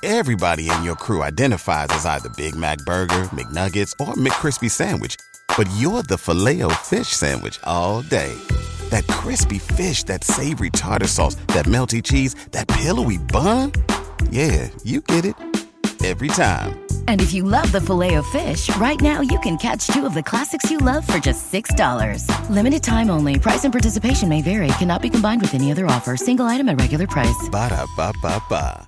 Everybody in your crew identifies as either Big Mac Burger, McNuggets, or McCrispy Sandwich. But you're the Filet-O-Fish Sandwich all day. That crispy fish, that savory tartar sauce, that melty cheese, that pillowy bun. Yeah, you get it. Every time. And if you love the Filet-O-Fish, right now you can catch two of the classics you love for just $6. Limited time only. Price and participation may vary. Cannot be combined with any other offer. Single item at regular price. Ba-da-ba-ba-ba.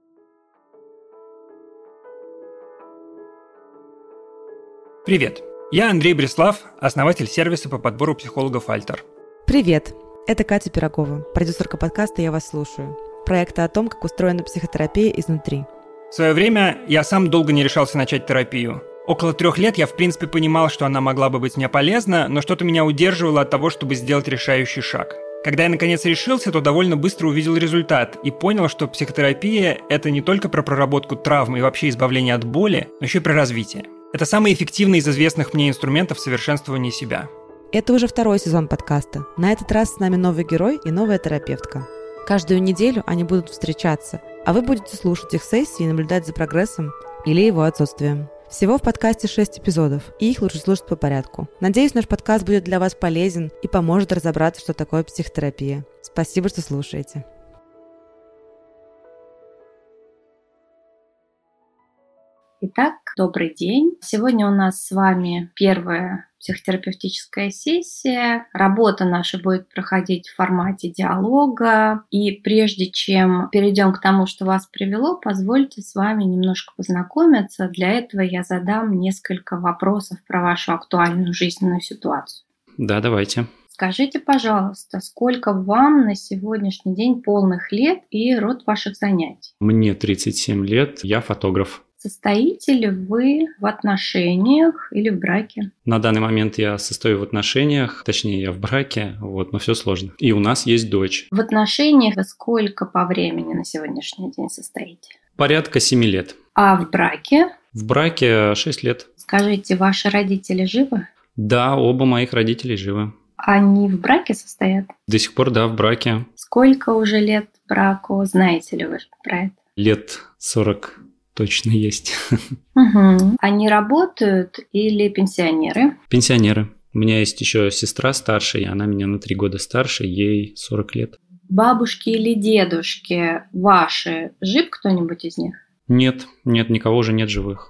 Привет, я Андрей Бреслав, основатель сервиса по подбору психологов «Альтер». Привет, это Катя Пирогова, продюсерка подкаста «Я вас слушаю», проекта о том, как устроена психотерапия изнутри. В свое время я сам долго не решался начать терапию. Около 3 лет я в принципе понимал, что она могла бы быть мне полезна, но что-то меня удерживало от того, чтобы сделать решающий шаг. Когда я наконец решился, то довольно быстро увидел результат и понял, что психотерапия – это не только про проработку травм и вообще избавление от боли, но еще и про развитие. Это самый эффективный из известных мне инструментов совершенствования себя. Это уже 2-й сезон подкаста. На этот раз с нами новый герой и новая терапевтка. Каждую неделю они будут встречаться, а вы будете слушать их сессии и наблюдать за прогрессом или его отсутствием. Всего в подкасте 6 эпизодов, и их лучше слушать по порядку. Надеюсь, наш подкаст будет для вас полезен и поможет разобраться, что такое психотерапия. Спасибо, что слушаете. Итак, добрый день. Сегодня у нас с вами первая психотерапевтическая сессия. Работа наша будет проходить в формате диалога. И прежде чем перейдем к тому, что вас привело, позвольте с вами немножко познакомиться. Для этого я задам несколько вопросов про вашу актуальную жизненную ситуацию. Да, давайте. Скажите, пожалуйста, сколько вам на сегодняшний день полных лет и род ваших занятий? Мне 37 лет, я фотограф. Состоите ли вы в отношениях или в браке? На данный момент я состою в отношениях, точнее я в браке, но все сложно. И у нас есть дочь. В отношениях вы сколько по времени на сегодняшний день состоите? Порядка 7 лет. А в браке? В браке 6 лет. Скажите, ваши родители живы? Да, оба моих родителей живы. Они в браке состоят? До сих пор, да, в браке. Сколько уже лет браку? Знаете ли вы про это? Лет 40 точно есть. Угу. Они работают или пенсионеры? Пенсионеры. У меня есть еще сестра старшая, она меня на 3 года старше, ей 40 лет. Бабушки или дедушки ваши, жив кто-нибудь из них? Нет, никого уже нет живых.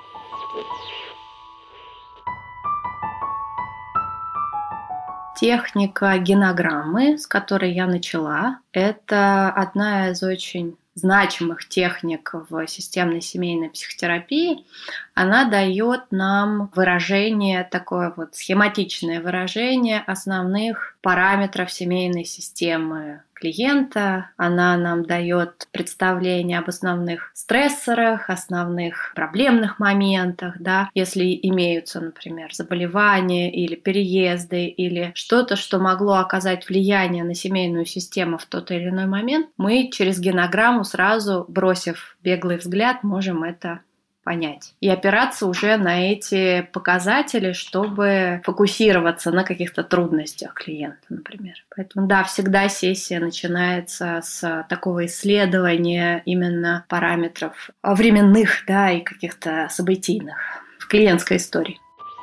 Техника генограммы, с которой я начала, это одна из очень значимых техник в системной семейной психотерапии. Она дает нам выражение, такое схематичное выражение основных параметров семейной системы клиента. Она нам дает представление об основных стрессорах, основных проблемных моментах, да, если имеются, например, заболевания или переезды, или что-то, что могло оказать влияние на семейную систему в тот или иной момент, мы через генограмму сразу, бросив беглый взгляд, можем это понять. И опираться уже на эти показатели, чтобы фокусироваться на каких-то трудностях клиента, например. Поэтому, да, всегда сессия начинается с такого исследования именно параметров временных, да, и каких-то событийных в клиентской истории.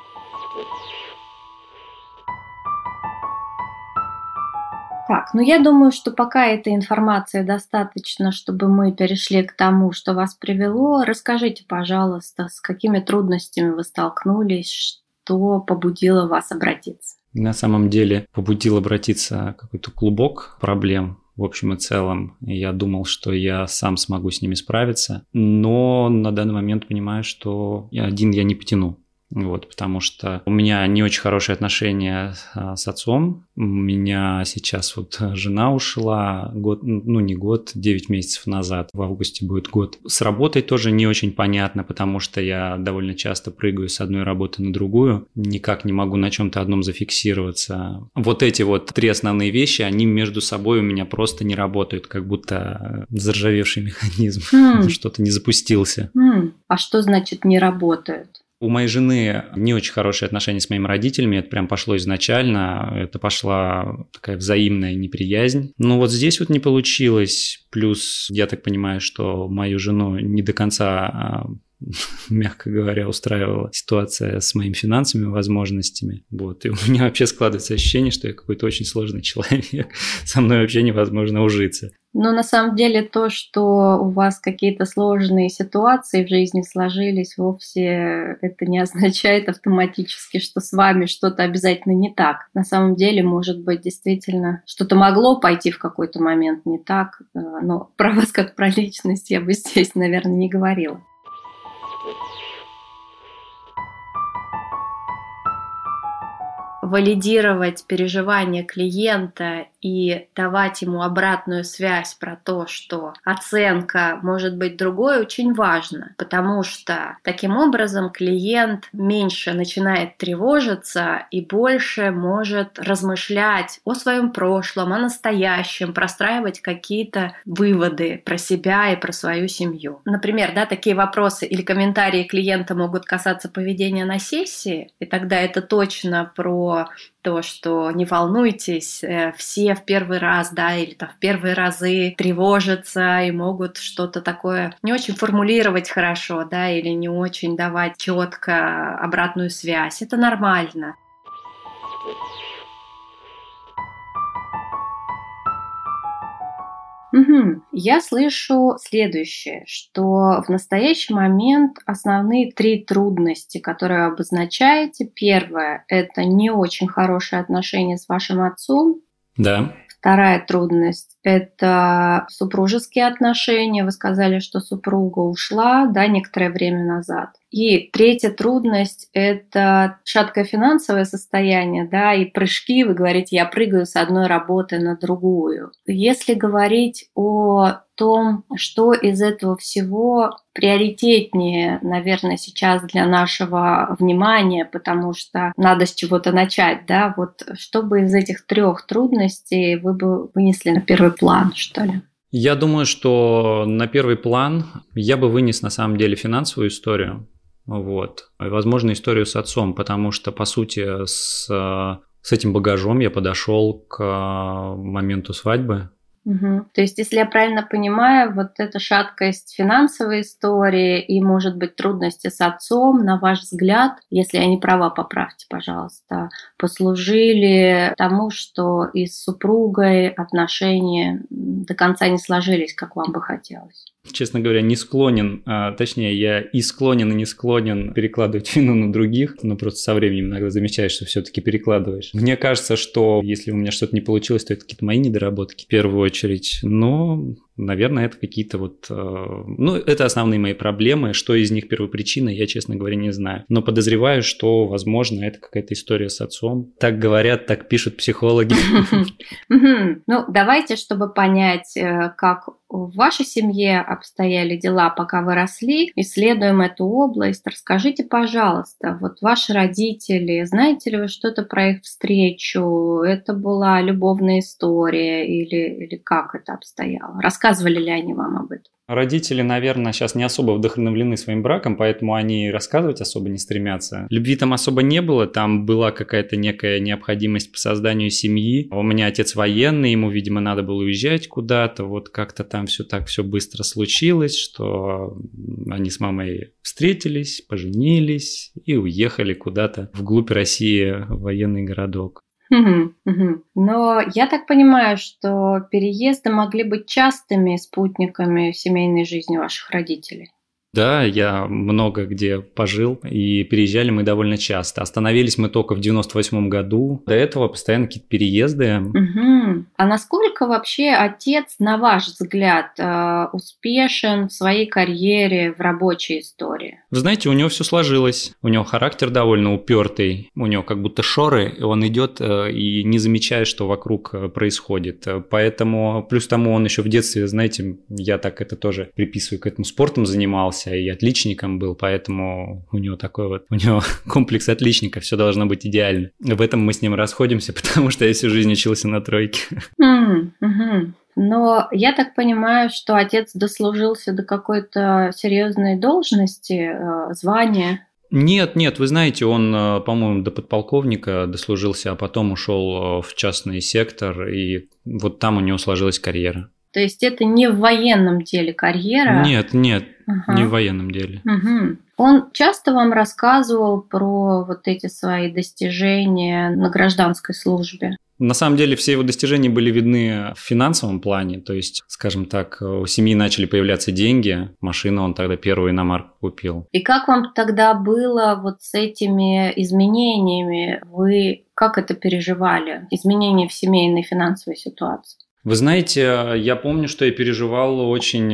Так, я думаю, что пока этой информации достаточно, чтобы мы перешли к тому, что вас привело. Расскажите, пожалуйста, с какими трудностями вы столкнулись, что побудило вас обратиться? На самом деле побудил обратиться какой-то клубок проблем в общем и целом. Я думал, что я сам смогу с ними справиться, но на данный момент понимаю, что один я не потяну. Потому что у меня не очень хорошие отношения с отцом. У меня сейчас жена ушла 9 месяцев назад. В августе будет год. С работой тоже не очень понятно, потому что я довольно часто прыгаю с одной работы на другую. Никак не могу на чем-то одном зафиксироваться. Эти 3 основные вещи, они между собой у меня просто не работают, как будто заржавевший механизм. Что-то не запустился. А что значит не работают? У моей жены не очень хорошие отношения с моими родителями, это прям пошло изначально, это пошла такая взаимная неприязнь. Но вот здесь вот не получилось, плюс я так понимаю, что мою жену не до конца, мягко говоря, устраивала ситуация с моими финансовыми возможностями. Вот. И у меня вообще складывается ощущение, что я какой-то очень сложный человек, со мной вообще невозможно ужиться. Но на самом деле то, что у вас какие-то сложные ситуации в жизни сложились, вовсе это не означает автоматически, что с вами что-то обязательно не так. На самом деле, может быть, действительно что-то могло пойти в какой-то момент не так, но про вас как про личность я бы здесь, наверное, не говорила. Валидировать переживания клиента и давать ему обратную связь про то, что оценка может быть другой, очень важно, потому что таким образом клиент меньше начинает тревожиться и больше может размышлять о своем прошлом, о настоящем, простраивать какие-то выводы про себя и про свою семью. Например, такие вопросы или комментарии клиента могут касаться поведения на сессии, и тогда это точно про то, что не волнуйтесь, все в первый раз, или в первые разы тревожатся и могут что-то такое не очень формулировать хорошо, или не очень давать четко обратную связь. Это нормально. Я слышу следующее, что в настоящий момент основные 3 трудности, которые вы обозначаете. Первое – это не очень хорошие отношения с вашим отцом. Да. Вторая трудность – это супружеские отношения. Вы сказали, что супруга ушла, некоторое время назад. И третья трудность – это шаткое финансовое состояние, и прыжки. Вы говорите, я прыгаю с одной работы на другую. Если говорить о том, что из этого всего приоритетнее, наверное, сейчас для нашего внимания, потому что надо с чего-то начать, что бы из этих 3 трудностей вы бы вынесли на первый план, что ли? Я думаю, что на первый план я бы вынес на самом деле финансовую историю. И, возможно, историю с отцом, потому что, по сути, с этим багажом я подошел к моменту свадьбы. То есть, если я правильно понимаю, вот эта шаткость финансовой истории и, может быть, трудности с отцом, на ваш взгляд, если я не права, поправьте, пожалуйста, послужили тому, что и с супругой отношения до конца не сложились, как вам бы хотелось? Честно говоря, не склонен, точнее, я и склонен, и не склонен перекладывать вину на других, но просто со временем иногда замечаешь, что все-таки перекладываешь. Мне кажется, что если у меня что-то не получилось, то это какие-то мои недоработки в первую очередь, но, наверное, это какие-то это основные мои проблемы. Что из них первопричина, я, честно говоря, не знаю. Но подозреваю, что, возможно, это какая-то история с отцом. Так говорят, так пишут психологи. Давайте, чтобы понять, как в вашей семье обстояли дела, пока вы росли, исследуем эту область. Расскажите, пожалуйста, ваши родители, знаете ли вы что-то про их встречу? Это была любовная история или как это обстояло? Рассказывали ли они вам об этом? Родители, наверное, сейчас не особо вдохновлены своим браком, поэтому они рассказывать особо не стремятся. Любви там особо не было, там была какая-то некая необходимость по созданию семьи. У меня отец военный, ему, видимо, надо было уезжать куда-то, как-то там все быстро случилось, что они с мамой встретились, поженились и уехали куда-то вглубь России, в военный городок. Но я так понимаю, что переезды могли быть частыми спутниками семейной жизни ваших родителей. Да, я много где пожил, и переезжали мы довольно часто. Остановились мы только в 98 году. До этого постоянно какие-то переезды. А насколько вообще отец, на ваш взгляд, успешен в своей карьере, в рабочей истории? Вы знаете, у него все сложилось. У него характер довольно упертый. У него как будто шоры, и он идет и не замечает, что вокруг происходит. Поэтому, плюс тому, он еще в детстве, знаете, я так это тоже приписываю к этому, спортом занимался и отличником был, поэтому у него такой у него комплекс отличника, все должно быть идеально. В этом мы с ним расходимся, потому что я всю жизнь учился на тройке. Но я так понимаю, что отец дослужился до какой-то серьезной должности, звания. Нет, вы знаете, он, по-моему, до подполковника дослужился, а потом ушел в частный сектор, и вот там у него сложилась карьера. То есть это не в военном деле карьера? Нет, не в военном деле. Угу. Он часто вам рассказывал про вот эти свои достижения на гражданской службе? На самом деле все его достижения были видны в финансовом плане, то есть, скажем так, у семьи начали появляться деньги, машину он тогда первую иномарку купил. И как вам тогда было вот с этими изменениями? Вы как это переживали? Изменения в семейной финансовой ситуации? Вы знаете, я помню, что я переживал очень,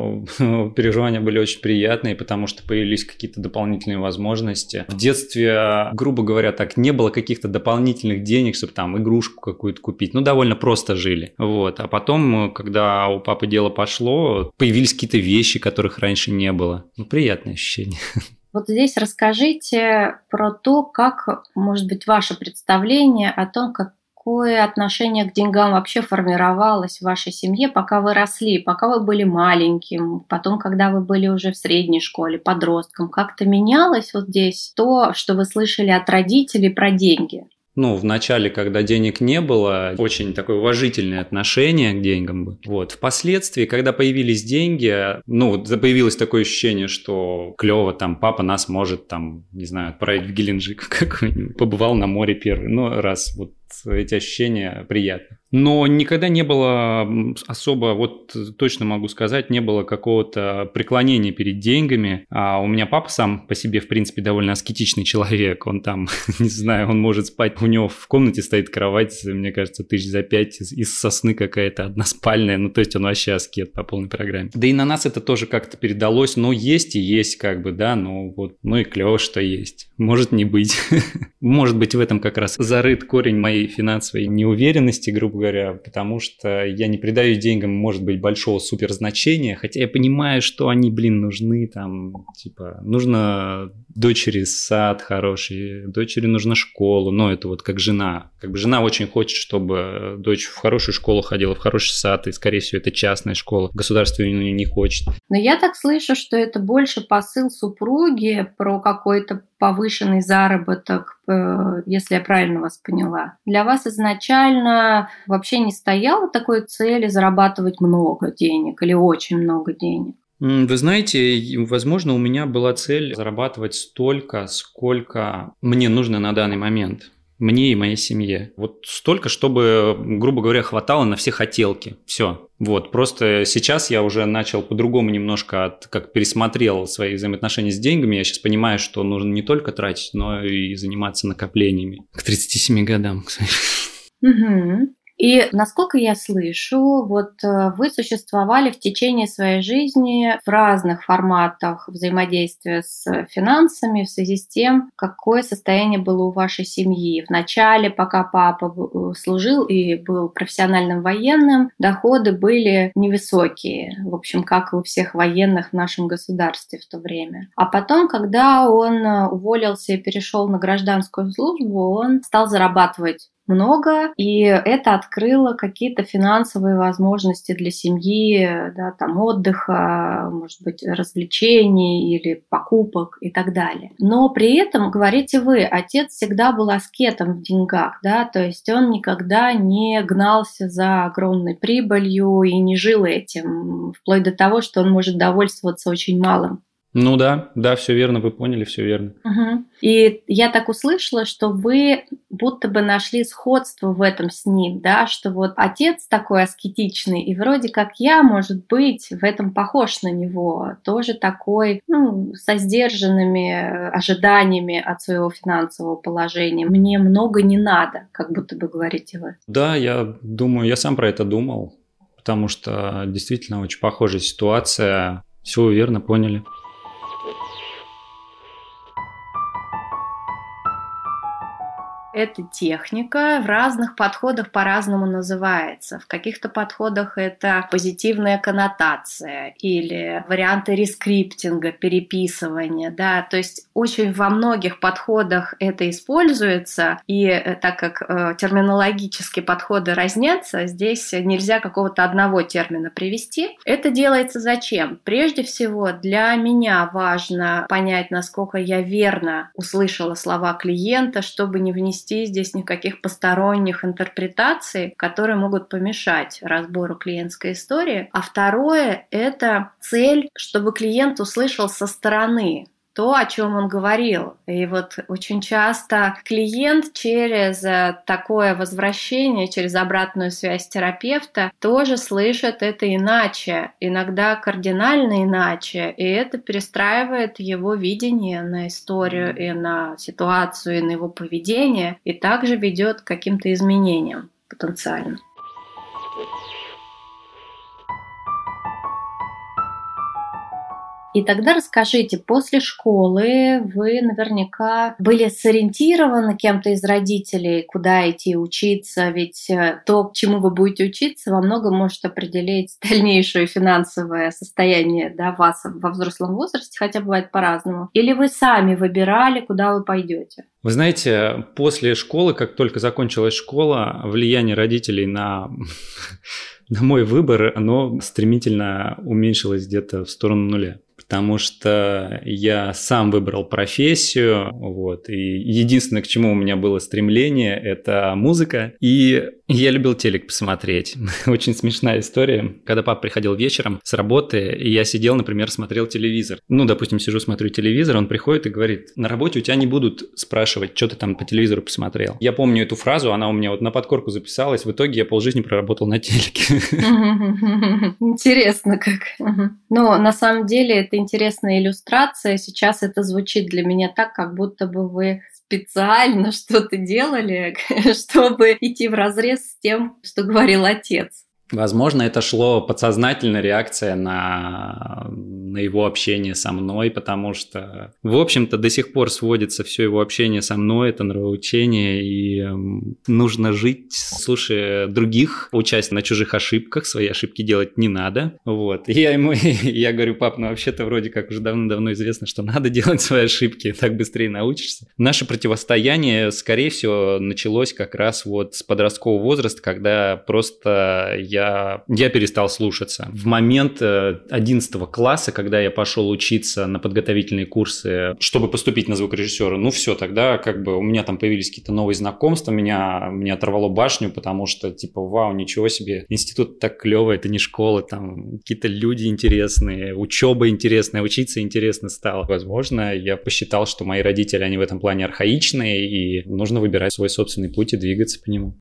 переживания были очень приятные, потому что появились какие-то дополнительные возможности. В детстве, грубо говоря, так, не было каких-то дополнительных денег, чтобы там игрушку какую-то купить. Ну, довольно просто жили. Вот. А потом, когда у папы дело пошло, появились какие-то вещи, которых раньше не было. Ну, приятное ощущение. Вот здесь расскажите про то, как, может быть, ваше представление о том, какое отношение к деньгам вообще формировалось в вашей семье, пока вы росли, пока вы были маленьким, потом, когда вы были уже в средней школе, подростком. Как-то менялось вот здесь то, что вы слышали от родителей про деньги? Ну, в начале, когда денег не было, очень такое уважительное отношение к деньгам было. Вот. Впоследствии, когда появились деньги, появилось такое ощущение, что клево, там, папа нас может, там, не знаю, отправить в Геленджик какой-нибудь. Побывал на море первый, раз, вот эти ощущения приятны. Но никогда не было особо, вот точно могу сказать, не было какого-то преклонения перед деньгами. А у меня папа сам по себе, в принципе, довольно аскетичный человек. Он там, не знаю, он может спать. У него в комнате стоит кровать, мне кажется, 5 тысяч из сосны какая-то односпальная. Ну, то есть он вообще аскет по полной программе. Да и на нас это тоже как-то передалось. Но есть и есть, как бы, да, и клево, что есть. Может не быть. Может быть, в этом как раз зарыт корень моей финансовой неуверенности, грубо говоря, потому что я не придаю деньгам, может быть, большого суперзначения, хотя я понимаю, что они, нужны, там, типа, нужно дочери сад хороший, дочери нужна школа, это вот как жена. Как бы жена очень хочет, чтобы дочь в хорошую школу ходила, в хороший сад, и, скорее всего, это частная школа, государство ее не хочет. Но я так слышу, что это больше посыл супруги про какой-то повышенный заработок, если я правильно вас поняла. Для вас изначально вообще не стояло такой цели зарабатывать много денег или очень много денег? Вы знаете, возможно, у меня была цель зарабатывать столько, сколько мне нужно на данный момент. Мне и моей семье. Вот столько, чтобы, грубо говоря, хватало на все хотелки. Все. Вот. Просто сейчас я уже начал по-другому немножко, как пересмотрел свои взаимоотношения с деньгами. Я сейчас понимаю, что нужно не только тратить, но и заниматься накоплениями. К 37 годам, кстати. Угу. И, насколько я слышу, вот вы существовали в течение своей жизни в разных форматах взаимодействия с финансами в связи с тем, какое состояние было у вашей семьи. Вначале, пока папа служил и был профессиональным военным, доходы были невысокие, в общем, как и у всех военных в нашем государстве в то время. А потом, когда он уволился и перешел на гражданскую службу, он стал зарабатывать много, и это открыло какие-то финансовые возможности для семьи, да, там отдыха, может быть, развлечений или покупок и так далее. Но при этом, говорите вы, отец всегда был аскетом в деньгах, да, то есть он никогда не гнался за огромной прибылью и не жил этим, вплоть до того, что он может довольствоваться очень малым. Ну да, все верно, вы поняли, все верно. Угу. И я так услышала, что вы будто бы нашли сходство в этом с ним, да, что вот отец такой аскетичный, и вроде как я, может быть, в этом похож на него, тоже такой, со сдержанными ожиданиями от своего финансового положения. Мне много не надо, как будто бы говорите вы. Да, я думаю, я сам про это думал, потому что действительно очень похожая ситуация. Все вы верно поняли. Эта техника в разных подходах по-разному называется. В каких-то подходах это позитивная коннотация или варианты рескриптинга, переписывания. Да? То есть очень во многих подходах это используется, и так как терминологические подходы разнятся, здесь нельзя какого-то одного термина привести. Это делается зачем? Прежде всего, для меня важно понять, насколько я верно услышала слова клиента, чтобы не внести здесь никаких посторонних интерпретаций, которые могут помешать разбору клиентской истории. А второе – это цель, чтобы клиент услышал со стороны то, о чем он говорил. И вот очень часто клиент через такое возвращение, через обратную связь терапевта тоже слышит это иначе, иногда кардинально иначе, и это перестраивает его видение на историю и на ситуацию, и на его поведение, и также ведет к каким-то изменениям потенциально. И тогда расскажите, после школы вы наверняка были сориентированы кем-то из родителей, куда идти учиться, ведь то, к чему вы будете учиться, во многом может определить дальнейшее финансовое состояние, да, вас во взрослом возрасте, хотя бывает по-разному. Или вы сами выбирали, куда вы пойдете? Вы знаете, после школы, как только закончилась школа, влияние родителей на мой выбор, оно стремительно уменьшилось где-то в сторону нуля. Потому что я сам выбрал профессию, вот, и единственное, к чему у меня было стремление, это музыка, и я любил телек посмотреть. Очень смешная история. Когда папа приходил вечером с работы, и я сидел, например, смотрел телевизор. Ну, допустим, сижу, смотрю телевизор, он приходит и говорит: на работе у тебя не будут спрашивать, что ты там по телевизору посмотрел. Я помню эту фразу, она у меня вот на подкорку записалась, в итоге я полжизни проработал на телеке. Интересно как. Но на самом деле это интересная иллюстрация. Сейчас это звучит для меня так, как будто бы вы специально что-то делали, чтобы идти вразрез с тем, что говорил отец. Возможно, это шло подсознательно, реакция на его общение со мной, потому что, в общем-то, до сих пор сводится все его общение со мной, это нравоучение, и нужно жить, слушая других, участь на чужих ошибках, свои ошибки делать не надо. Вот. И я говорю: пап, ну вообще-то вроде как уже давно-давно известно, что надо делать свои ошибки, так быстрее научишься. Наше противостояние, скорее всего, началось как раз вот с подросткового возраста, когда просто я перестал слушаться. В момент 11 класса, когда я пошел учиться на подготовительные курсы, чтобы поступить на звукорежиссера, ну все, тогда как бы у меня там появились какие-то новые знакомства, меня оторвало башню, потому что типа вау, ничего себе, институт так клево, это не школа, там какие-то люди интересные, учеба интересная, учиться интересно стало. Возможно, я посчитал, что мои родители, они в этом плане архаичные, и нужно выбирать свой собственный путь и двигаться по нему.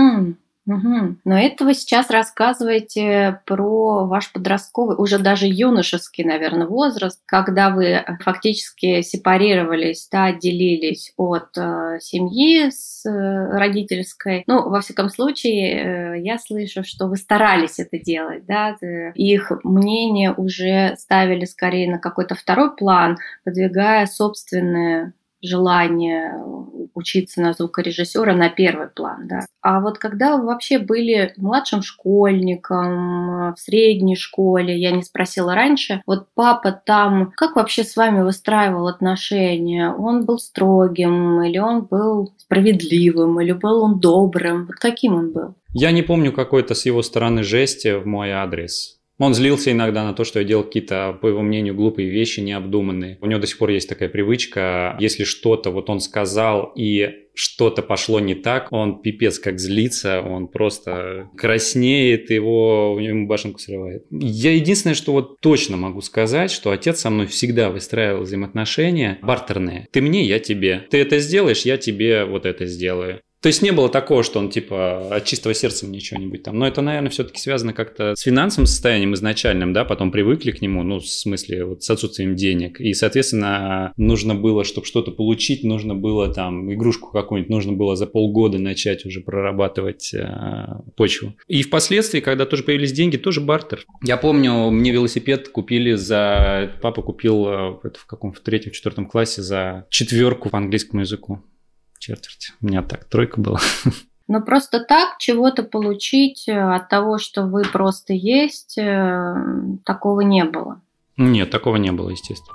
Но это вы сейчас рассказываете про ваш подростковый, уже даже юношеский, наверное, возраст, когда вы фактически сепарировались, да, отделились от семьи с родительской. Ну, во всяком случае, я слышу, что вы старались это делать, да, их мнение уже ставили скорее на какой-то второй план, подвигая собственные желание учиться на звукорежиссера на первый план, да. А вот когда вы вообще были младшим школьником, в средней школе, я не спросила раньше, вот папа там, как вообще с вами выстраивал отношения? Он был строгим, или он был справедливым, или был он добрым? Вот каким он был? Я не помню какой-то с его стороны жести в мой адрес. Он злился иногда на то, что я делал какие-то, по его мнению, глупые вещи, необдуманные. У него до сих пор есть такая привычка, если что-то вот он сказал и что-то пошло не так, он пипец как злится, он просто краснеет, у него башенку срывает. Я единственное, что вот точно могу сказать, что отец со мной всегда выстраивал взаимоотношения бартерные. Ты мне, я тебе. Ты это сделаешь, я тебе вот это сделаю. То есть не было такого, что он типа от чистого сердца мне что-нибудь там. Но это, наверное, все-таки связано как-то с финансовым состоянием изначальным, да, потом привыкли к нему, ну, в смысле, вот с отсутствием денег. И, соответственно, нужно было, чтобы что-то получить, нужно было там игрушку какую-нибудь, нужно было за полгода начать уже прорабатывать почву. И впоследствии, когда тоже появились деньги, тоже бартер. Я помню, мне велосипед купили папа купил в 3-4 классе за 4 по английскому языку. четверть. У меня так, 3 была. Но просто так чего-то получить от того, что вы просто есть, такого не было. Нет, такого не было, естественно.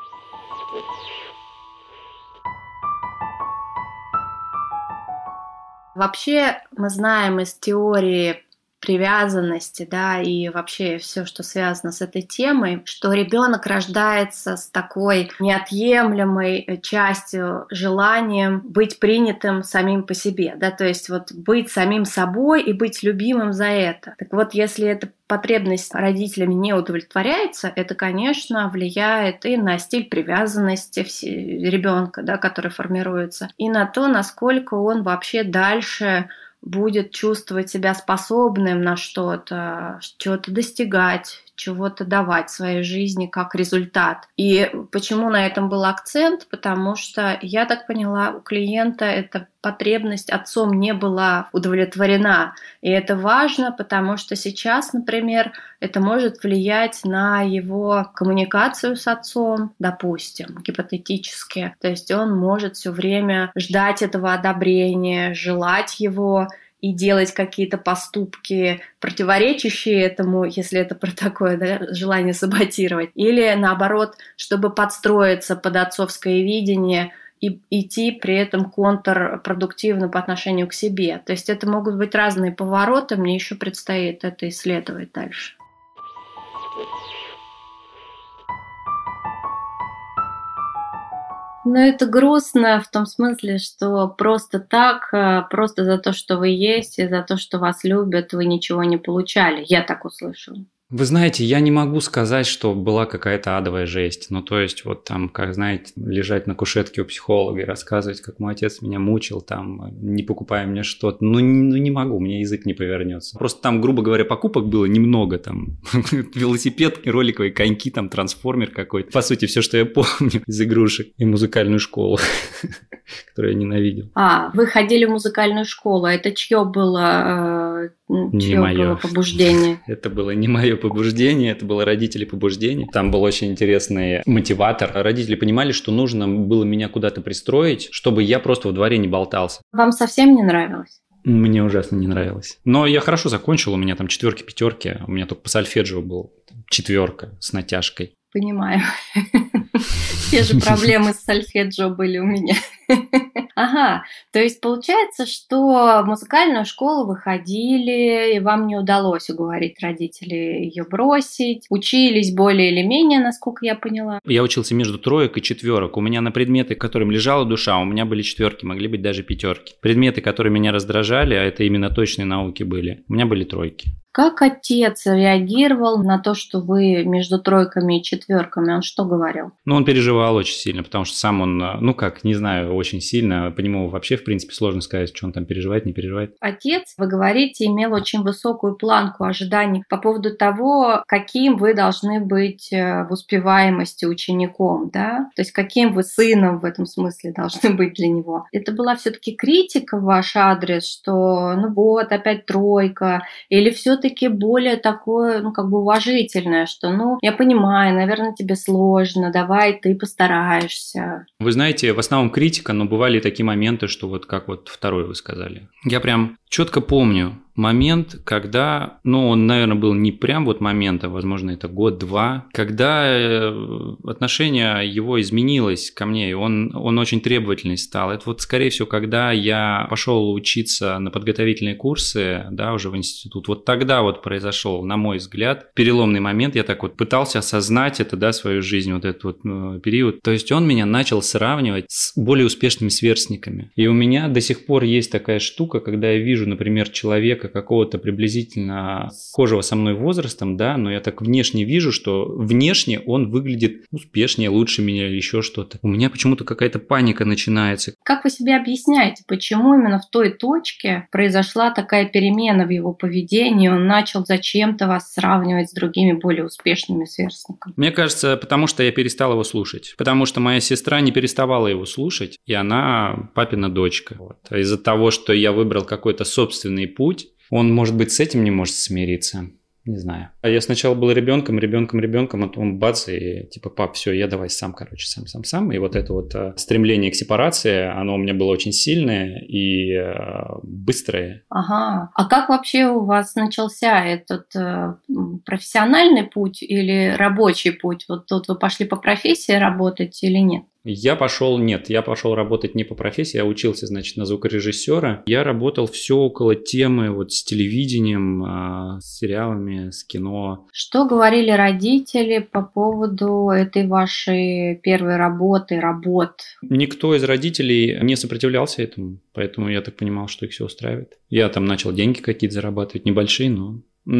Вообще мы знаем из теории привязанности, да, и вообще все, что связано с этой темой, что ребенок рождается с такой неотъемлемой частью, желанием быть принятым самим по себе, да, то есть вот быть самим собой и быть любимым за это. Так вот, если эта потребность родителями не удовлетворяется, это, конечно, влияет и на стиль привязанности ребенка, да, который формируется, и на то, насколько он вообще дальше будет чувствовать себя способным на что-то, чего-то достигать, чего-то давать в своей жизни как результат. И почему на этом был акцент? Потому что, я так поняла, у клиента эта потребность отцом не была удовлетворена. И это важно, потому что сейчас, например, это может влиять на его коммуникацию с отцом, допустим, гипотетически. То есть он может все время ждать этого одобрения, желать его, и делать какие-то поступки, противоречащие этому, если это про такое, да, желание саботировать, или наоборот, чтобы подстроиться под отцовское видение и идти при этом контрпродуктивно по отношению к себе. То есть это могут быть разные повороты, мне еще предстоит это исследовать дальше. Но это грустно в том смысле, что просто так, просто за то, что вы есть, и за то, что вас любят, вы ничего не получали. Я так услышала. Вы знаете, я не могу сказать, что была какая-то адовая жесть. Ну, то есть, вот там, как, знаете, лежать на кушетке у психолога и рассказывать, как мой отец меня мучил, там, не покупая мне что-то. Ну, не могу, мне язык не повернется. Просто там, грубо говоря, покупок было немного. Там, велосипед, роликовые коньки, там, трансформер какой-то. По сути, все, что я помню из игрушек. И музыкальную школу, которую я ненавидел. Вы ходили в музыкальную школу. Это чье было побуждение? Это было не мое побуждение, это было родители побуждения. Там был очень интересный мотиватор. Родители понимали, что нужно было меня куда-то пристроить, чтобы я просто во дворе не болтался. Вам совсем не нравилось? Мне ужасно не нравилось. Но я хорошо закончил, у меня там 4, 5. У меня только по сольфеджио был 4 с натяжкой. Понимаю. Те же проблемы с сольфеджио были у меня. Ага, то есть получается, что в музыкальную школу вы ходили, и вам не удалось уговорить родителей ее бросить. Учились более или менее, насколько я поняла. Я учился между 3 и 4. У меня на предметы, к которым лежала душа, у меня были 4, могли быть даже 5. Предметы, которые меня раздражали, а это именно точные науки были, у меня были 3. Как отец реагировал на то, что вы между 3 и 4? Он что говорил? Он переживал очень сильно, потому что сам он, не знаю, очень сильно. По нему вообще, в принципе, сложно сказать, что он там переживает, не переживает. Отец, вы говорите, имел очень высокую планку ожиданий по поводу того, каким вы должны быть в успеваемости учеником, да? То есть каким вы сыном в этом смысле должны быть для него. Это была все-таки критика в ваш адрес, что опять 3, или все-таки более такое, уважительное, что, я понимаю, наверное, тебе сложно, давай ты постараешься. Вы знаете, в основном критика, но бывали такие моменты, что вот как вот 2 вы сказали. Я прям четко помню момент, когда, он, наверное, был не прям вот момент, а, возможно, это 1-2, когда отношение его изменилось ко мне, и он очень требовательный стал. Это вот, скорее всего, когда я пошел учиться на подготовительные курсы, да, уже в институт, вот тогда вот произошел, на мой взгляд, переломный момент. Я так вот пытался осознать это, да, свою жизнь, вот этот вот период. То есть он меня начал сравнивать с более успешными сверстниками. И у меня до сих пор есть такая штука, когда я вижу, например, человека какого-то приблизительно схожего со мной возрастом, да, но я так внешне вижу, что внешне он выглядит успешнее, лучше меня или еще что-то. У меня почему-то какая-то паника начинается. Как вы себе объясняете, почему именно в той точке произошла такая перемена в его поведении, он начал зачем-то вас сравнивать с другими более успешными сверстниками? Мне кажется, потому что я перестал его слушать. Потому что моя сестра не переставала его слушать, и она папина дочка. Вот. А из-за того, что я выбрал какой-то собственный путь, он, может быть, с этим не может смириться. Не знаю. А я сначала был ребенком, а потом бац, и типа, пап, все, я давай сам. И вот это вот стремление к сепарации, оно у меня было очень сильное и быстрое. Ага. А как вообще у вас начался этот профессиональный путь или рабочий путь? Вот тут вы пошли по профессии работать или нет? Я пошел работать не по профессии, я учился, значит, на звукорежиссера. Я работал все около темы вот с телевидением, с сериалами, с кино. Что говорили родители по поводу этой вашей первой работ? Никто из родителей не сопротивлялся этому, поэтому я так понимал, что их все устраивает. Я там начал деньги какие-то зарабатывать, небольшие, но,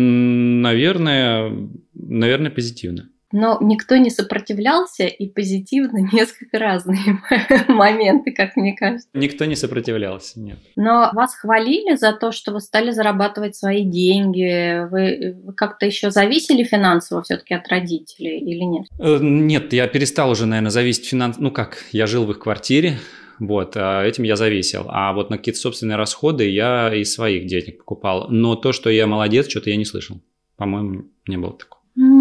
наверное, позитивно. Но никто не сопротивлялся, и позитивно несколько разные моменты, как мне кажется. Никто не сопротивлялся, нет. Но вас хвалили за то, что вы стали зарабатывать свои деньги. Вы как-то еще зависели финансово все-таки от родителей или нет? Нет, я перестал уже, наверное, зависеть финансово. Я жил в их квартире. Вот, этим я зависел. А вот на какие-то собственные расходы я из своих денег покупал. Но то, что я молодец, что-то я не слышал. По-моему, не было такого.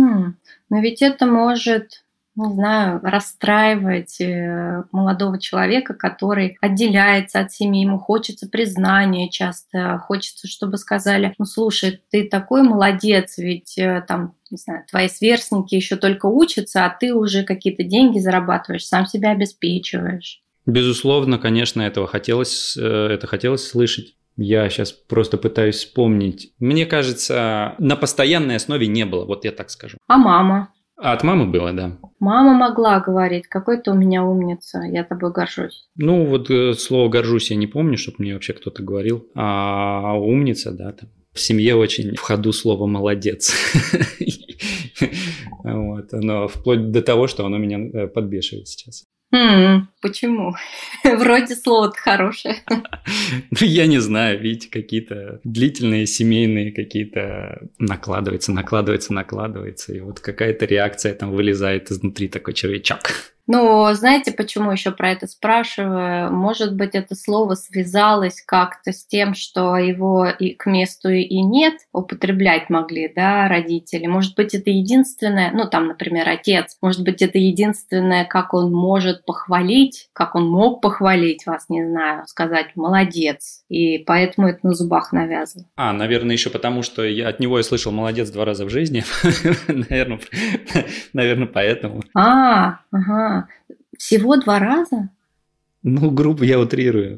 Но ведь это может, не знаю, расстраивать молодого человека, который отделяется от семьи, ему хочется признания часто, хочется, чтобы сказали, ну слушай, ты такой молодец, ведь там, не знаю, твои сверстники еще только учатся, а ты уже какие-то деньги зарабатываешь, сам себя обеспечиваешь. Безусловно, конечно, это хотелось слышать. Я сейчас просто пытаюсь вспомнить. Мне кажется, на постоянной основе не было, вот я так скажу. А мама? От мамы было, да. Мама могла говорить, какой ты у меня умница, я тобой горжусь. Ну, вот слово «горжусь» я не помню, чтобы мне вообще кто-то говорил. А умница, да, там. В семье очень в ходу слово «молодец». Оно вплоть до того, что оно меня подбешивает сейчас. Почему? Вроде слово-то хорошее. Ну, я не знаю, видите, какие-то длительные семейные какие-то накладывается, и вот какая-то реакция там вылезает изнутри, такой червячок. Ну, знаете, почему еще про это спрашиваю? Может быть, это слово связалось как-то с тем, что его и к месту и нет, употреблять могли, да, родители. Может быть, это единственное, ну, там, например, отец, может быть, это единственное, как он может похвалить, как он мог похвалить вас, не знаю, сказать «молодец», и поэтому это на зубах навязано. Наверное, еще потому, что от него я слышал «молодец» 2 раза в жизни, наверное, поэтому. Ага. Всего 2 раза? Ну, грубо я утрирую.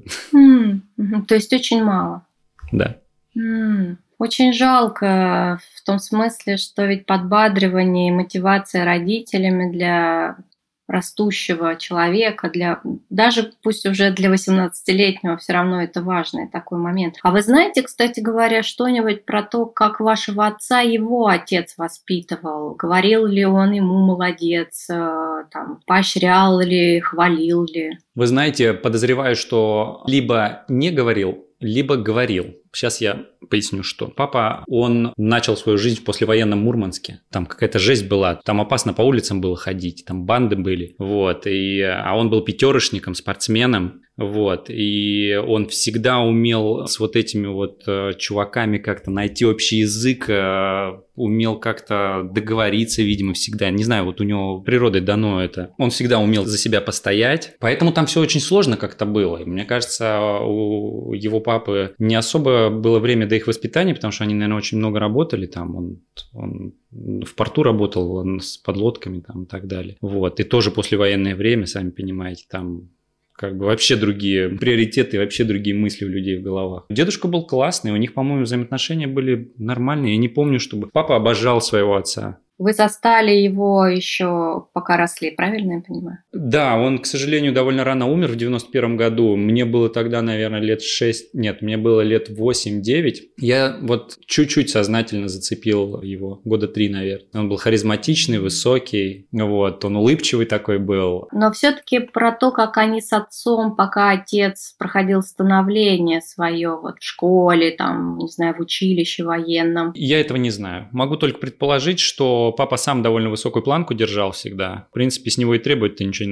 То есть очень мало? Да. Очень жалко в том смысле, что ведь подбадривание и мотивация родителями для растущего человека, даже пусть уже для 18-летнего, все равно это важный такой момент. А вы знаете, кстати говоря, что-нибудь про то, как вашего отца его отец воспитывал? Говорил ли он ему молодец, там, поощрял ли, хвалил ли? Вы знаете, подозреваю, что либо не говорил, либо говорил. Сейчас я поясню, что. Папа, он начал свою жизнь в послевоенном Мурманске. Там какая-то жесть была. Там опасно по улицам было ходить. Там банды были. Вот. А он был пятерочником, спортсменом. Вот. И он всегда умел с вот этими вот чуваками как-то найти общий язык, умел как-то договориться, видимо, всегда. Не знаю, вот у него природой дано это. Он всегда умел за себя постоять. Поэтому там все очень сложно как-то было. И мне кажется, у его папы не особо было время до их воспитания, потому что они, наверное, очень много работали. Там он в порту работал, он с подлодками там, и так далее. Вот. И тоже послевоенное время, сами понимаете, там как бы вообще другие приоритеты, вообще другие мысли у людей в головах. Дедушка был классный, у них, по-моему, взаимоотношения были нормальные. Я не помню, чтобы папа обожал своего отца. Вы застали его еще пока росли, правильно я понимаю? Да, он, к сожалению, довольно рано умер в 91 году. Мне было тогда, наверное, лет 6, нет, мне было лет 8-9. Я вот чуть-чуть сознательно зацепил его, 3 года, наверное. Он был харизматичный, высокий, вот, он улыбчивый такой был. Но все-таки про то, как они с отцом, пока отец проходил становление свое вот в школе, там, не знаю, в училище военном. Я этого не знаю. Могу только предположить, что папа сам довольно высокую планку держал всегда. В принципе, с него и требовать-то ничего не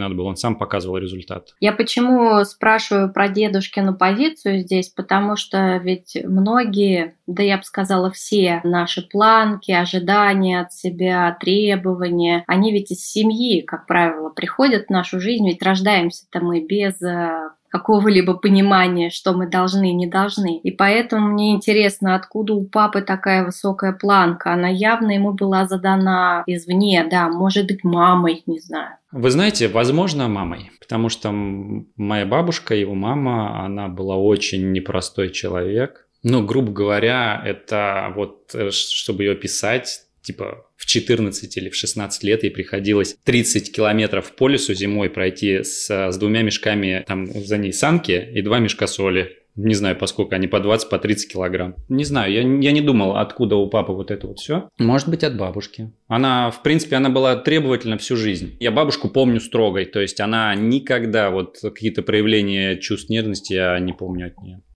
надо было, он сам показывал результат. Я почему спрашиваю про дедушкину позицию здесь, потому что ведь многие, да я бы сказала все наши планки, ожидания от себя, требования, они ведь из семьи, как правило, приходят в нашу жизнь, ведь рождаемся-то мы без какого-либо понимания, что мы должны и не должны. И поэтому мне интересно, откуда у папы такая высокая планка. Она явно ему была задана извне, да, может быть, мамой, не знаю. Вы знаете, возможно, мамой, потому что моя бабушка, его мама, она была очень непростой человек. Ну, грубо говоря, это вот, чтобы ее писать, типа в 14 или в 16 лет ей приходилось 30 километров по лесу зимой пройти с 2 мешками, там за ней санки и 2 мешка соли. Не знаю, поскольку они по 20, по 30 килограмм. Не знаю, я не думал, откуда у папы вот это вот все. Может быть, от бабушки. Она, в принципе, она была требовательна всю жизнь. Я бабушку помню строгой, то есть она никогда вот какие-то проявления чувств нежности я не помню от нее.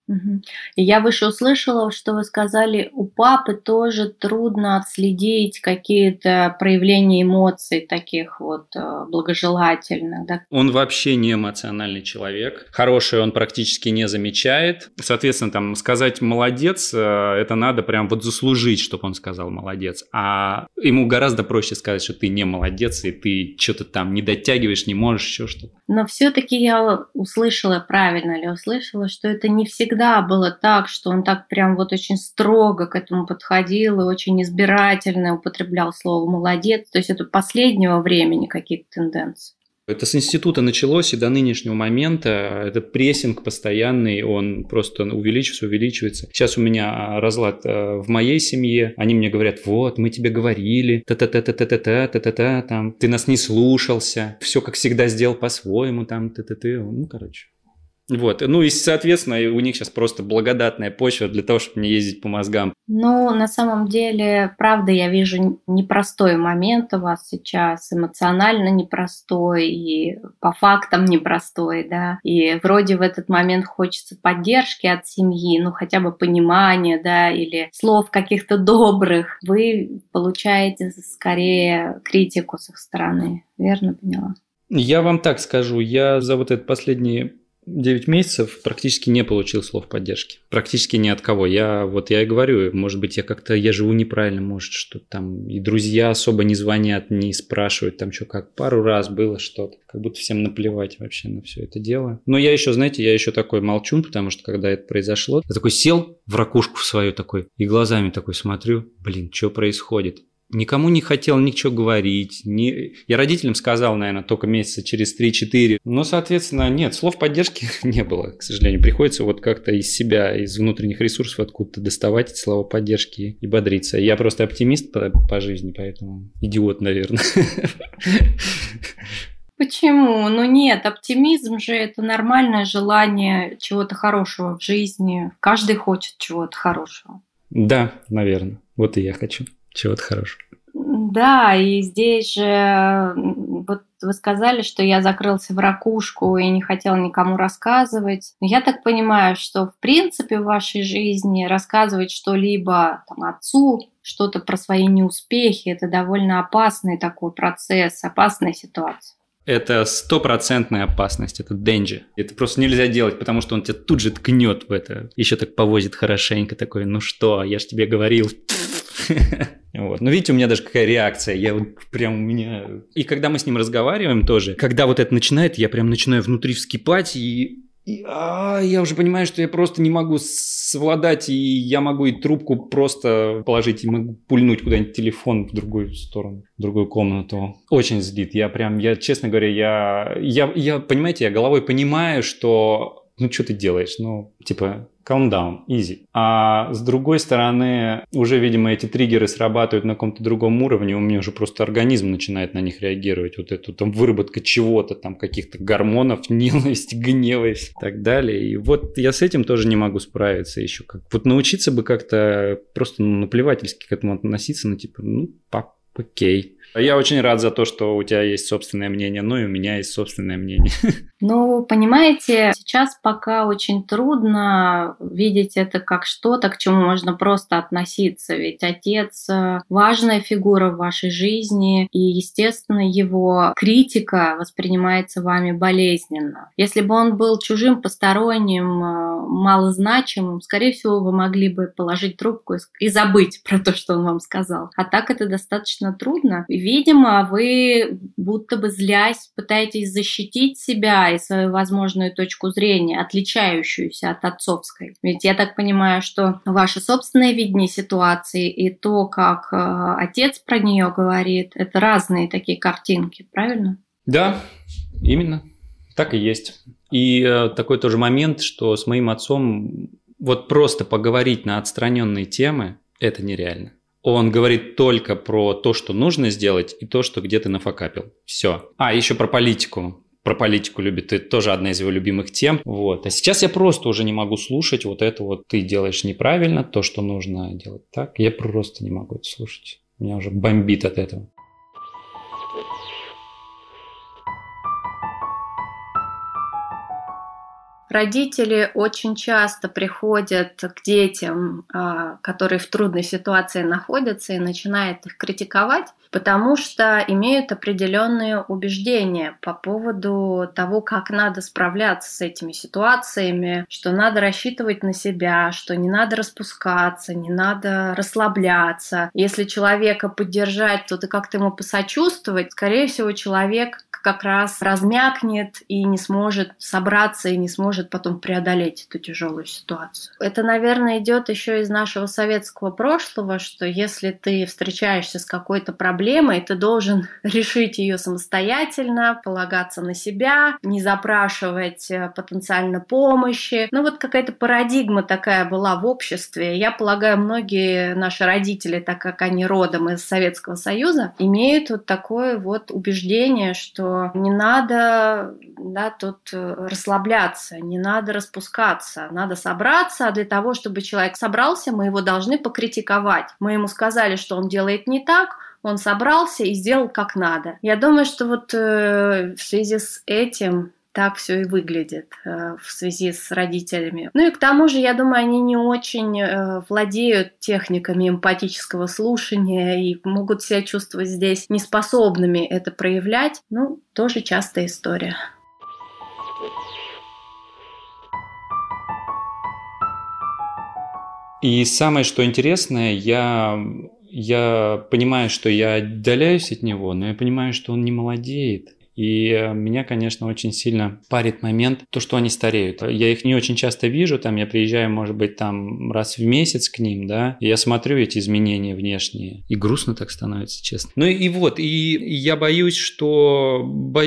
И я выше услышала, что вы сказали, у папы тоже трудно отследить какие-то проявления эмоций таких вот благожелательных. Да? Он вообще не эмоциональный человек. Хорошее он практически не замечает. Соответственно, там сказать «молодец» это надо прям вот заслужить, чтобы он сказал «молодец». А ему гораздо проще сказать, что ты не молодец, и ты что-то там не дотягиваешь, не можешь, еще что-то. Но все-таки я услышала, правильно ли услышала, что это не всегда было так, что он так прям вот очень строго к этому подходил и очень избирательно употреблял слово «молодец». То есть это последнего времени какие-то тенденции. Это с института началось, и до нынешнего момента этот прессинг постоянный, он просто увеличивается. Сейчас у меня разлад в моей семье, они мне говорят, вот, мы тебе говорили, та-та-та-та-та-та-та-та-та, там, ты нас не слушался, все как всегда сделал по-своему, там, та-та-та, ну, короче. Вот, ну и, соответственно, у них сейчас просто благодатная почва для того, чтобы не ездить по мозгам. Ну, на самом деле, правда, я вижу непростой момент у вас сейчас, эмоционально непростой и по фактам непростой, да, и вроде в этот момент хочется поддержки от семьи, ну, хотя бы понимания, да, или слов каких-то добрых. Вы получаете скорее критику с их стороны, верно поняла? Я вам так скажу, я за вот этот последний 9 месяцев практически не получил слов поддержки. Практически ни от кого. Я и говорю, может быть, я живу неправильно, может, что там и друзья особо не звонят, не спрашивают, там что как. Пару раз было что-то. Как будто всем наплевать вообще на все это дело. Но я еще такой молчун, потому что когда это произошло, я такой сел в ракушку свою такой и глазами такой смотрю, что происходит? Никому не хотел ничего говорить. Я родителям сказал, наверное, только месяца через 3-4. Но, соответственно, нет, слов поддержки не было, к сожалению. Приходится вот как-то из себя, из внутренних ресурсов откуда-то доставать эти слова поддержки и бодриться. Я просто оптимист по жизни, поэтому идиот, наверное. Почему? Ну нет, оптимизм же это нормальное желание чего-то хорошего в жизни. Каждый хочет чего-то хорошего. Да, наверное. Вот и я хочу. Чего-то хорошего. Да, и здесь же вот вы сказали, что я закрылся в ракушку и не хотел никому рассказывать. Но я так понимаю, что в принципе в вашей жизни рассказывать что-либо там, отцу, что-то про свои неуспехи, это довольно опасный такой процесс, опасная ситуация. Это 100% опасность, это danger. Это просто нельзя делать, потому что он тебя тут же ткнет в это. Еще так повозит хорошенько, такой, ну что, я ж тебе говорил. Вот. Ну, видите, у меня даже какая реакция. У меня... И когда мы с ним разговариваем тоже, когда вот это начинает, я прям начинаю внутри вскипать, я уже понимаю, что я просто не могу совладать, и я могу и трубку просто положить, и могу пульнуть куда-нибудь телефон в другую сторону, в другую комнату. Очень злит. Я, честно говоря, понимаете, я головой понимаю, что что ты делаешь? Calm down, easy. А с другой стороны, уже, видимо, эти триггеры срабатывают на каком-то другом уровне, у меня уже просто организм начинает на них реагировать. Вот эту там выработка чего-то, там каких-то гормонов, ненависть, гнева и так далее. И вот я с этим тоже не могу справиться еще. Вот научиться бы как-то просто наплевательски к этому относиться, пап, окей. Я очень рад за то, что у тебя есть собственное мнение, и у меня есть собственное мнение. Ну, понимаете, сейчас пока очень трудно видеть это как что-то, к чему можно просто относиться. Ведь отец – важная фигура в вашей жизни, и, естественно, его критика воспринимается вами болезненно. Если бы он был чужим, посторонним, малозначимым, скорее всего, вы могли бы положить трубку и забыть про то, что он вам сказал. А так это достаточно трудно. Видимо, вы, будто бы злясь, пытаетесь защитить себя и свою возможную точку зрения, отличающуюся от отцовской. Ведь я так понимаю, что ваше собственное видение ситуации и то, как отец про нее говорит, это разные такие картинки, правильно? Да, именно. Так и есть. И такой тоже момент, что с моим отцом вот просто поговорить на отстраненные темы – это нереально. Он говорит только про то, что нужно сделать, и то, что где-то нафакапил. Все. Еще про политику. Про политику любит, это тоже одна из его любимых тем. Вот. А сейчас я просто уже не могу слушать вот это вот «ты делаешь неправильно, то, что нужно делать так». Я просто не могу это слушать. Меня уже бомбит от этого. Родители очень часто приходят к детям, которые в трудной ситуации находятся, и начинают их критиковать, потому что имеют определенные убеждения по поводу того, как надо справляться с этими ситуациями, что надо рассчитывать на себя, что не надо распускаться, не надо расслабляться. Если человека поддержать, то как-то ему посочувствовать, скорее всего, человек как раз размякнет и не сможет собраться, и не сможет потом преодолеть эту тяжелую ситуацию. Это, наверное, идет еще из нашего советского прошлого, что если ты встречаешься с какой-то проблемой, ты должен решить ее самостоятельно, полагаться на себя, не запрашивать потенциально помощи. Вот какая-то парадигма такая была в обществе. Я полагаю, многие наши родители, так как они родом из Советского Союза, имеют вот такое вот убеждение, что не надо тут расслабляться, не надо распускаться, надо собраться, а для того, чтобы человек собрался, мы его должны покритиковать. Мы ему сказали, что он делает не так, он собрался и сделал как надо. Я думаю, что в связи с этим так все и выглядит в связи с родителями. И к тому же, я думаю, они не очень владеют техниками эмпатического слушания и могут себя чувствовать здесь неспособными это проявлять. Тоже частая история. И самое, что интересное, я понимаю, что я отдаляюсь от него, но я понимаю, что он не молодеет. И меня, конечно, очень сильно парит момент, то, что они стареют. Я их не очень часто вижу, я приезжаю, может быть, раз в месяц к ним, да, и я смотрю эти изменения внешние, и грустно так становится, честно. И я боюсь, что,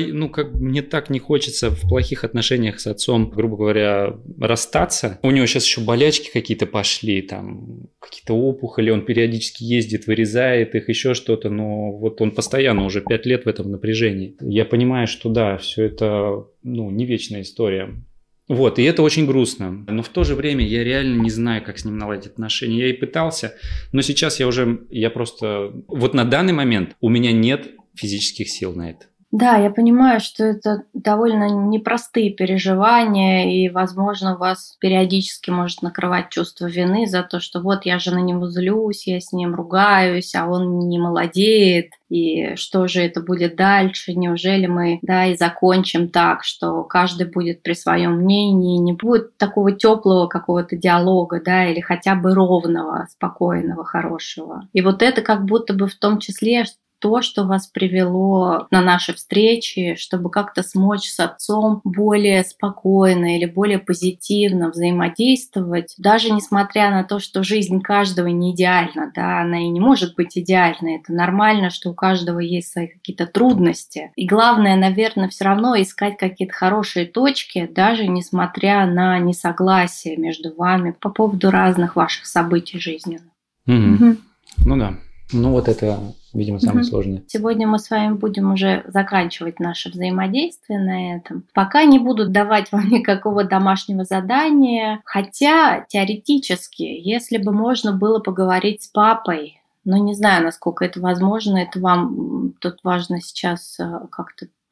мне так не хочется в плохих отношениях с отцом, грубо говоря, расстаться. У него сейчас еще болячки какие-то пошли, какие-то опухоли, он периодически ездит, вырезает их, еще что-то, но вот он постоянно уже 5 лет в этом напряжении. Я понимаю, что да, все это, не вечная история. И это очень грустно. Но в то же время я реально не знаю, как с ним наладить отношения. Я и пытался, но сейчас я просто... на данный момент у меня нет физических сил на это. Да, я понимаю, что это довольно непростые переживания, и, возможно, вас периодически может накрывать чувство вины за то, что я же на него злюсь, я с ним ругаюсь, а он не молодеет, и что же это будет дальше, неужели мы, и закончим так, что каждый будет при своем мнении, не будет такого теплого какого-то диалога, или хотя бы ровного, спокойного, хорошего. И это как будто бы в том числе то, что вас привело на наши встречи, чтобы как-то смочь с отцом более спокойно или более позитивно взаимодействовать, даже несмотря на то, что жизнь каждого не идеальна, она и не может быть идеальной. Это нормально, что у каждого есть свои какие-то трудности. И главное, наверное, все равно искать какие-то хорошие точки, даже несмотря на несогласие между вами по поводу разных ваших событий жизненных. Угу. Да. Это, видимо, самое сложное. Сегодня мы с вами будем уже заканчивать наше взаимодействие на этом. Пока не буду давать вам никакого домашнего задания, хотя теоретически, если бы можно было поговорить с папой, не знаю, насколько это возможно, это вам тут важно сейчас как-то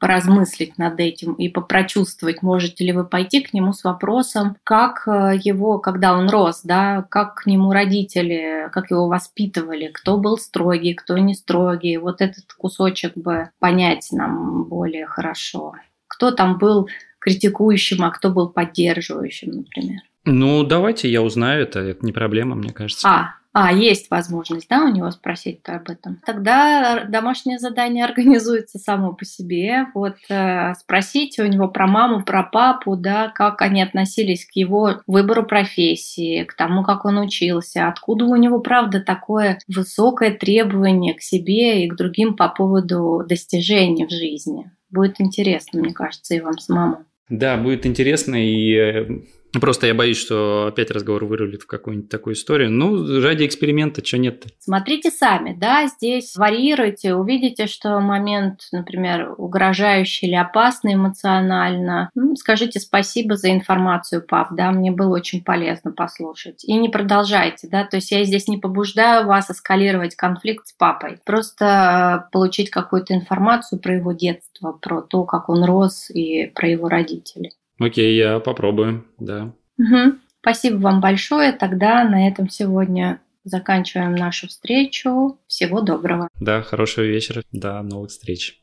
поразмыслить над этим и попрочувствовать, можете ли вы пойти к нему с вопросом, как его, когда он рос, да, как к нему родители, как его воспитывали, кто был строгий, кто не строгий. Вот этот кусочек бы понять нам более хорошо. Кто там был критикующим, а кто был поддерживающим, например. Ну, давайте я узнаю, это не проблема, мне кажется. Есть возможность, да, у него спросить-то об этом. Тогда домашнее задание организуется само по себе. Вот спросите у него про маму, про папу, да, как они относились к его выбору профессии, к тому, как он учился, откуда у него, правда, такое высокое требование к себе и к другим по поводу достижений в жизни. Будет интересно, мне кажется, и вам самому. Да, будет интересно, и просто я боюсь, что опять разговор вырулит в какую-нибудь такую историю. Ну, ради эксперимента, что нет-то? Смотрите сами, да, здесь варьируйте, увидите, что момент, например, угрожающий или опасный эмоционально. Скажите спасибо за информацию, пап, да, мне было очень полезно послушать. И не продолжайте, да, то есть я здесь не побуждаю вас эскалировать конфликт с папой. Просто получить какую-то информацию про его детство, про то, как он рос и про его родителей. Окей, я попробую, да. Спасибо вам большое. Тогда на этом сегодня заканчиваем нашу встречу. Всего доброго. Да, хорошего вечера. До новых встреч.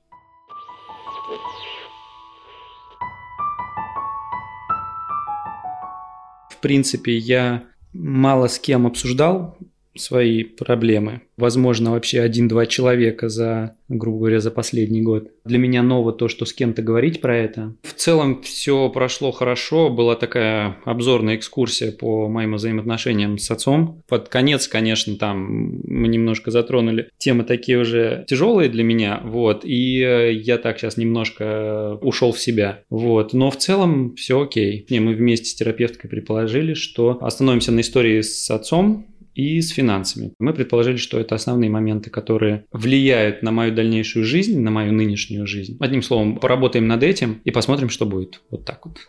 В принципе, я мало с кем обсуждал свои проблемы. Возможно, вообще 1-2 человека за, грубо говоря, за последний год. Для меня ново то, что с кем-то говорить про это. В целом все прошло хорошо. Была такая обзорная экскурсия по моим взаимоотношениям с отцом. Под конец, конечно, там мы немножко затронули темы такие уже тяжелые для меня. Вот. И я так сейчас немножко ушел в себя. Вот. Но в целом все окей. Мы вместе с терапевткой предположили, что остановимся на истории с отцом и с финансами. Мы предположили, что это основные моменты, которые влияют на мою дальнейшую жизнь, на мою нынешнюю жизнь. Одним словом, поработаем над этим и посмотрим, что будет. Вот так вот.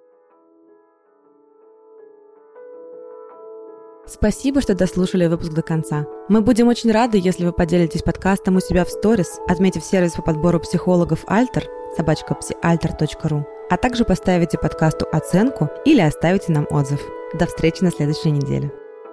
Спасибо, что дослушали выпуск до конца. Мы будем очень рады, если вы поделитесь подкастом у себя в сторис, отметив сервис по подбору психологов Alter, @psyalter.ru, а также поставите подкасту оценку или оставите нам отзыв. До встречи на следующей неделе.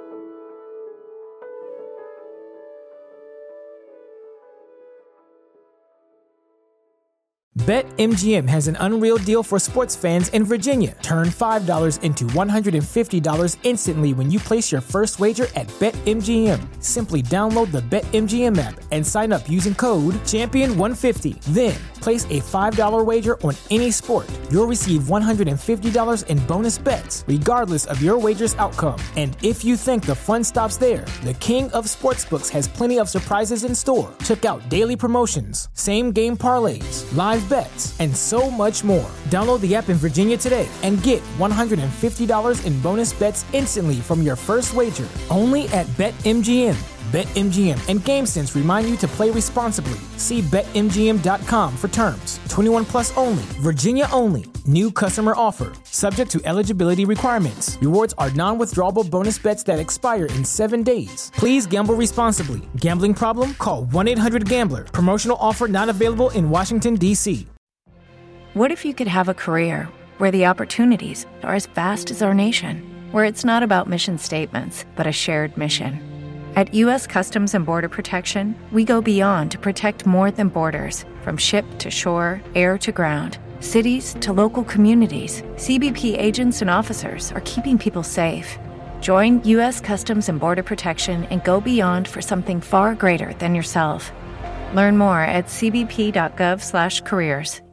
BetMGM has an unreal deal for sports fans in Virginia. Turn $5 into $150 instantly when you place your first wager at BetMGM. Simply download the BetMGM app and sign up using code Champion150. Then, place a $5 wager on any sport. You'll receive $150 in bonus bets, regardless of your wager's outcome. And if you think the fun stops there, the king of sportsbooks has plenty of surprises in store. Check out daily promotions, same-game parlays, live bets, and so much more. Download the app in Virginia today and get $150 in bonus bets instantly from your first wager. Only at BetMGM. BetMGM and GameSense remind you to play responsibly. See BetMGM.com for terms. 21 plus only. Virginia only. New customer offer. Subject to eligibility requirements. Rewards are non-withdrawable bonus bets that expire in 7 days. Please gamble responsibly. Gambling problem? Call 1-800-GAMBLER. Promotional offer not available in Washington, D.C. What if you could have a career where the opportunities are as vast as our nation, where it's not about mission statements, but a shared mission? At U.S. Customs and Border Protection, we go beyond to protect more than borders. From ship to shore, air to ground, cities to local communities, CBP agents and officers are keeping people safe. Join U.S. Customs and Border Protection and go beyond for something far greater than yourself. Learn more at cbp.gov/careers.